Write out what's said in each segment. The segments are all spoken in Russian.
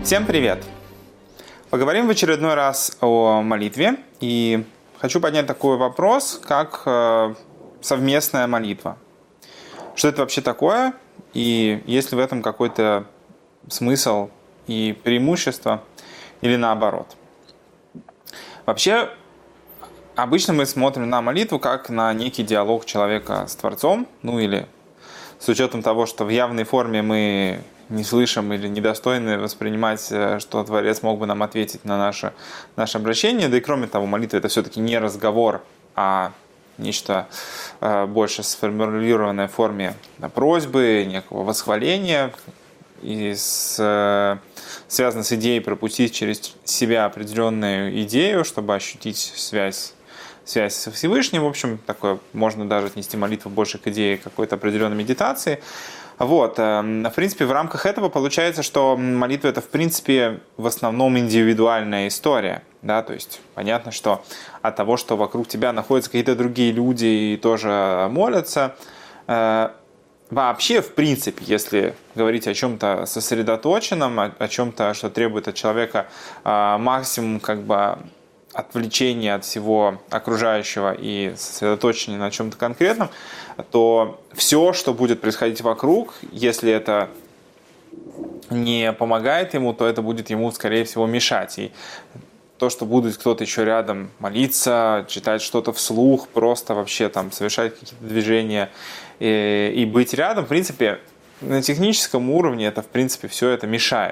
Всем привет! Поговорим в очередной раз о молитве, и хочу поднять такой вопрос, как совместная молитва. Что это вообще такое, и есть ли в этом какой-то смысл и преимущество, или наоборот? Вообще, обычно мы смотрим на молитву как на некий диалог человека с Творцом, или с учетом того, что в явной форме мы не слышим или недостойны воспринимать, что Творец мог бы нам ответить на наше обращение. Да и кроме того, молитва — это все-таки не разговор, а нечто больше сформулированное в форме просьбы, некого восхваления, и связано с идеей пропустить через себя определенную идею, чтобы ощутить связь со Всевышним. В общем, такое можно даже отнести молитву больше к идее какой-то определенной медитации. В принципе, в рамках этого получается, что молитва — это, в принципе, в основном индивидуальная история. Да? То есть понятно, что от того, что вокруг тебя находятся какие-то другие люди и тоже молятся, вообще, в принципе, если говорить о чем-то сосредоточенном, о чем-то, что требует от человека максимум отвлечения от всего окружающего и сосредоточения на чем-то конкретном, то все, что будет происходить вокруг, если это не помогает ему, то это будет ему, скорее всего, мешать. И то, что будет кто-то еще рядом молиться, читать что-то вслух, просто вообще совершать какие-то движения и быть рядом, в принципе, на техническом уровне это, в принципе, все это мешает.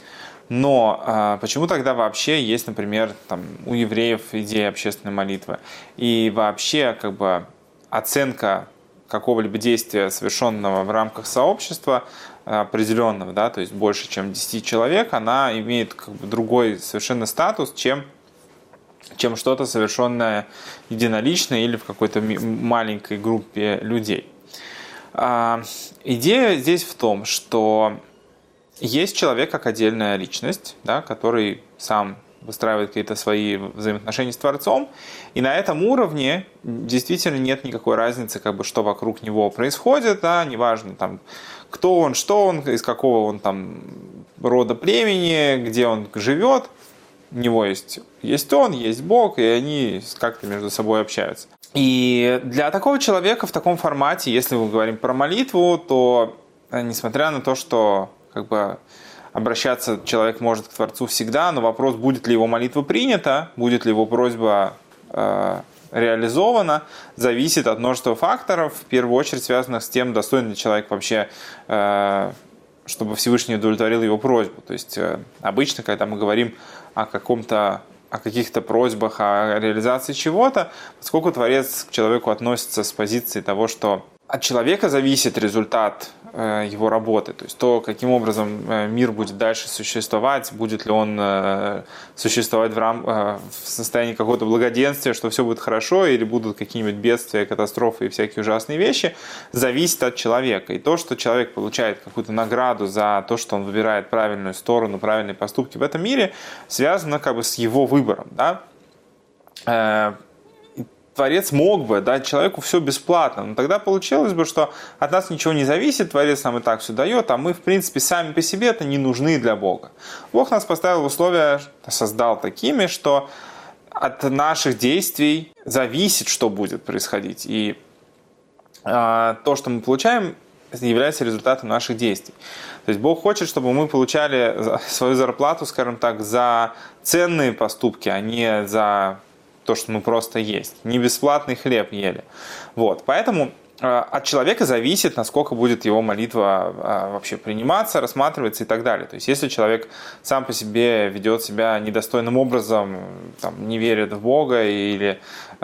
Но почему тогда вообще есть, например, у евреев идея общественной молитвы? И вообще оценка какого-либо действия, совершенного в рамках сообщества определенного, да, то есть больше, чем 10 человек, она имеет другой совершенно статус, чем что-то совершенное единолично или в какой-то маленькой группе людей. Идея здесь в том, что есть человек как отдельная личность, да, который сам выстраивает какие-то свои взаимоотношения с Творцом, и на этом уровне действительно нет никакой разницы, что вокруг него происходит, да, неважно, кто он, что он, из какого он рода племени, где он живет, у него есть он, есть Бог, и они как-то между собой общаются. И для такого человека в таком формате, если мы говорим про молитву, то несмотря на то, что обращаться человек может к Творцу всегда, но вопрос, будет ли его молитва принята, будет ли его просьба реализована, зависит от множества факторов, в первую очередь связанных с тем, достоин ли человек вообще, чтобы Всевышний удовлетворил его просьбу. То есть обычно, когда мы говорим о каких-то просьбах, о реализации чего-то, поскольку Творец к человеку относится с позиции того, что от человека зависит результат его работы, то есть то, каким образом мир будет дальше существовать, будет ли он существовать в состоянии какого-то благоденствия, что все будет хорошо, или будут какие-нибудь бедствия, катастрофы и всякие ужасные вещи, зависит от человека. И то, что человек получает какую-то награду за то, что он выбирает правильную сторону, правильные поступки в этом мире, связано с его выбором. Да? Творец мог бы дать человеку все бесплатно, но тогда получилось бы, что от нас ничего не зависит, Творец нам и так все дает, а мы, в принципе, сами по себе это не нужны для Бога. Бог нас поставил в условия, создал такими, что от наших действий зависит, что будет происходить. И то, что мы получаем, является результатом наших действий. То есть Бог хочет, чтобы мы получали свою зарплату, скажем так, за ценные поступки, а не за то, что мы просто есть. Не бесплатный хлеб ели. Поэтому от человека зависит, насколько будет его молитва вообще приниматься, рассматриваться и так далее. То есть если человек сам по себе ведет себя недостойным образом, не верит в Бога или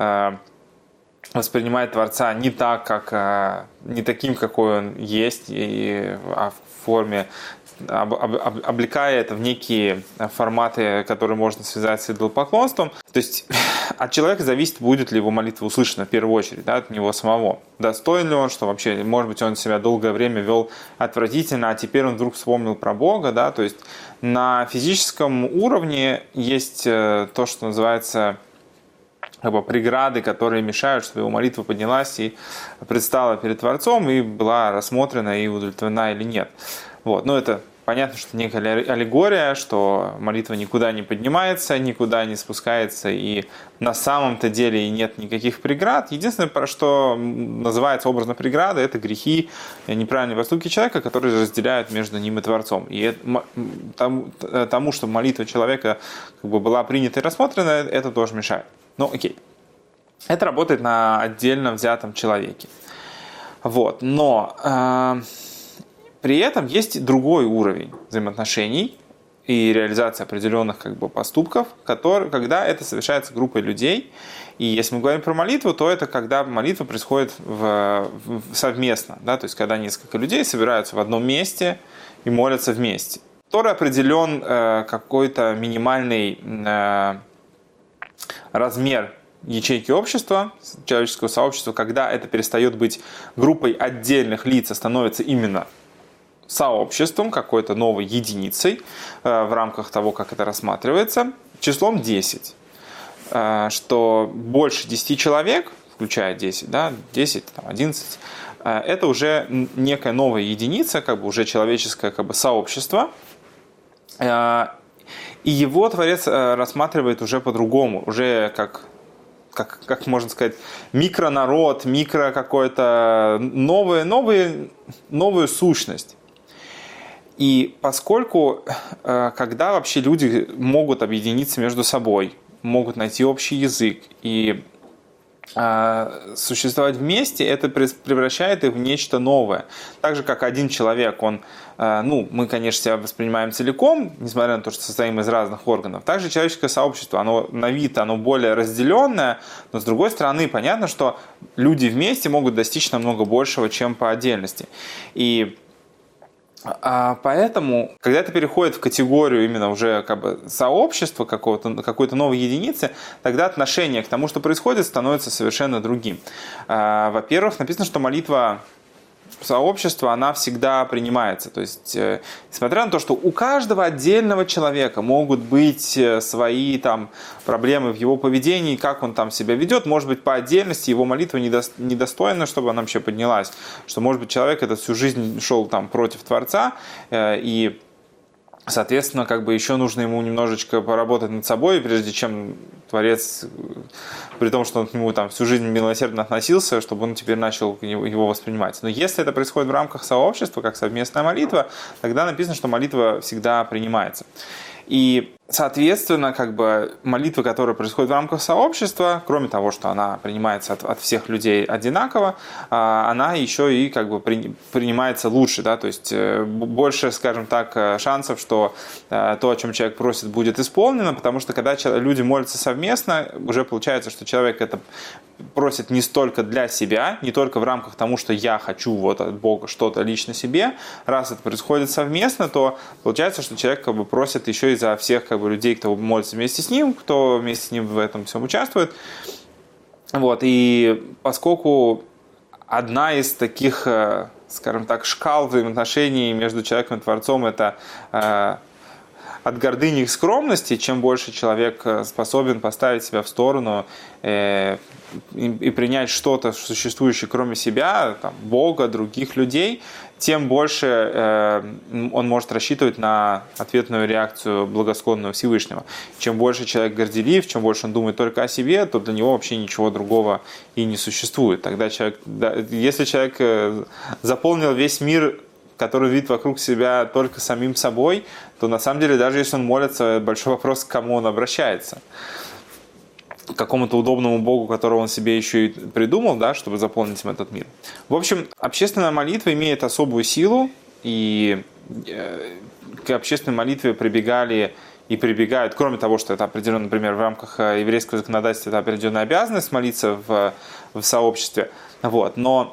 воспринимает Творца не таким, какой он есть, а в форме, облекая это в некие форматы, которые можно связать с идолопоклонством. То есть от человека зависит, будет ли его молитва услышана в первую очередь, да, от него самого. Достоин ли он, что вообще, может быть, он себя долгое время вел отвратительно, а теперь он вдруг вспомнил про Бога. Да? То есть на физическом уровне есть то, что называется преграды, которые мешают, чтобы его молитва поднялась и предстала перед Творцом и была рассмотрена и удовлетворена или нет. Но это понятно, что некая аллегория, что молитва никуда не поднимается, никуда не спускается, и на самом-то деле нет никаких преград. Единственное, про что называется образно преграда, это грехи, неправильные поступки человека, которые разделяют между ним и Творцом. И тому, чтобы молитва человека как бы была принята и рассмотрена, это тоже мешает. Ну, окей. Это работает на отдельно взятом человеке. Вот. Но при этом есть другой уровень взаимоотношений и реализации определенных как бы поступков, когда это совершается группой людей. И если мы говорим про молитву, то это когда молитва происходит совместно, да? То есть когда несколько людей собираются в одном месте и молятся вместе. Тора определен какой-то минимальный размер ячейки общества, человеческого сообщества, когда это перестает быть группой отдельных лиц, а становится именно сообществом, какой-то новой единицей в рамках того, как это рассматривается, числом 10. Что больше 10 человек, включая 10, да, 10, 11, это уже некая новая единица, как бы уже человеческое как бы сообщество. И его Творец рассматривает уже по-другому, уже как можно сказать, микронарод, какой-то новую сущность. И поскольку, когда вообще люди могут объединиться между собой, могут найти общий язык и существовать вместе, это превращает их в нечто новое. Так же, как один человек, мы, конечно, себя воспринимаем целиком, несмотря на то, что состоим из разных органов. Также человеческое сообщество, оно на вид, оно более разделенное, но с другой стороны, понятно, что люди вместе могут достичь намного большего, чем по отдельности. И поэтому, когда это переходит в категорию именно уже как бы сообщества какой-то новой единицы, тогда отношение к тому, что происходит, становится совершенно другим. Во-первых, написано, что молитва сообщества, она всегда принимается. То есть, несмотря на то, что у каждого отдельного человека могут быть свои там проблемы в его поведении, как он там себя ведет, может быть, по отдельности его молитва недостойна, чтобы она вообще поднялась. Что, может быть, человек этот всю жизнь шел там против Творца, и соответственно, как бы еще нужно ему немножечко поработать над собой, прежде чем Творец, при том, что он к нему там всю жизнь милосердно относился, чтобы он теперь начал его воспринимать. Но если это происходит в рамках сообщества, как совместная молитва, тогда написано, что молитва всегда принимается. И, соответственно, как бы молитва, которая происходит в рамках сообщества, кроме того, что она принимается от всех людей одинаково, она еще и как бы принимается лучше, да, то есть больше, скажем так, шансов, что то, о чем человек просит, будет исполнено, потому что когда люди молятся совместно, уже получается, что человек это просит не столько для себя, не только в рамках того, что я хочу вот от Бога что-то лично себе. Раз это происходит совместно, то получается, что человек как бы просит еще и за всех как бы людей, кто молится вместе с ним, кто вместе с ним в этом всем участвует. Вот. И поскольку одна из таких, скажем так, шкал взаимоотношений между человеком и Творцом — это от гордыни к скромности, чем больше человек способен поставить себя в сторону и принять что-то существующее кроме себя, там, Бога, других людей, тем больше он может рассчитывать на ответную реакцию благосклонного Всевышнего. Чем больше человек горделив, чем больше он думает только о себе, то для него вообще ничего другого и не существует. Тогда если человек заполнил весь мир, который видит вокруг себя только самим собой, то на самом деле, даже если он молится, большой вопрос, к кому он обращается. К какому-то удобному Богу, которого он себе еще и придумал, да, чтобы заполнить им этот мир. В общем, общественная молитва имеет особую силу, и к общественной молитве прибегали и прибегают, кроме того, что это определенно, например, в рамках еврейского законодательства, это определенная обязанность молиться в сообществе. Вот. Но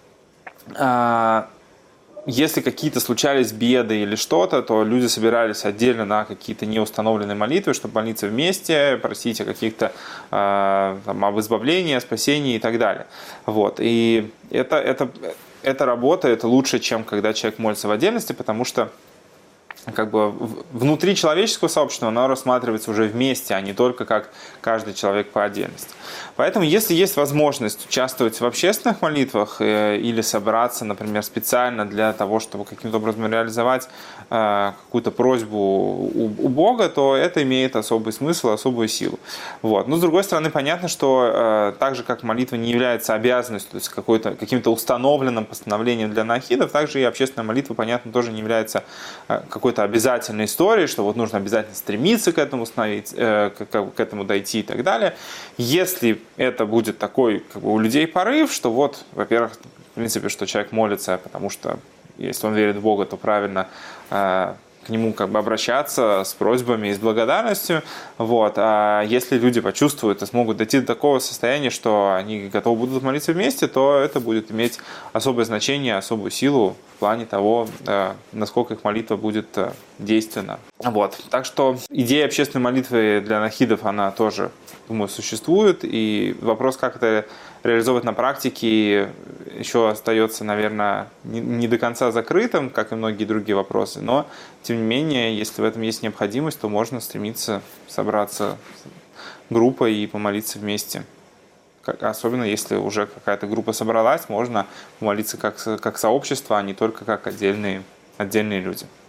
если какие-то случались беды или что-то, то люди собирались отдельно на какие-то неустановленные молитвы, чтобы молиться вместе, просить о каких-то об избавлении, о спасении и так далее. Вот. И это работает лучше, чем когда человек молится в отдельности, потому что как бы внутри человеческого сообщества оно рассматривается уже вместе, а не только как каждый человек по отдельности. Поэтому, если есть возможность участвовать в общественных молитвах или собраться, например, специально для того, чтобы каким-то образом реализовать какую-то просьбу у Бога, то это имеет особый смысл, особую силу. Вот. Но, с другой стороны, понятно, что так же, как молитва не является обязанностью, то есть каким-то установленным постановлением для нахидов, также и общественная молитва, понятно, тоже не является какой-то обязательной историей, что вот нужно обязательно стремиться к этому, к этому дойти и так далее. Если это будет такой у людей порыв, что вот, во-первых, в принципе, что человек молится, потому что если он верит в Бога, то правильно к нему обращаться с просьбами и с благодарностью. Вот. А если люди почувствуют и смогут дойти до такого состояния, что они готовы будут молиться вместе, то это будет иметь особое значение, особую силу в плане того, насколько их молитва будет действенна. Вот. Так что идея общественной молитвы для нахидов, она тоже, думаю, существует. И вопрос, как это реализовывать на практике, еще остается, наверное, не до конца закрытым, как и многие другие вопросы. Но, тем не менее, если в этом есть необходимость, то можно стремиться собраться группой и помолиться вместе. Особенно если уже какая-то группа собралась, можно помолиться как сообщество, а не только как отдельные люди.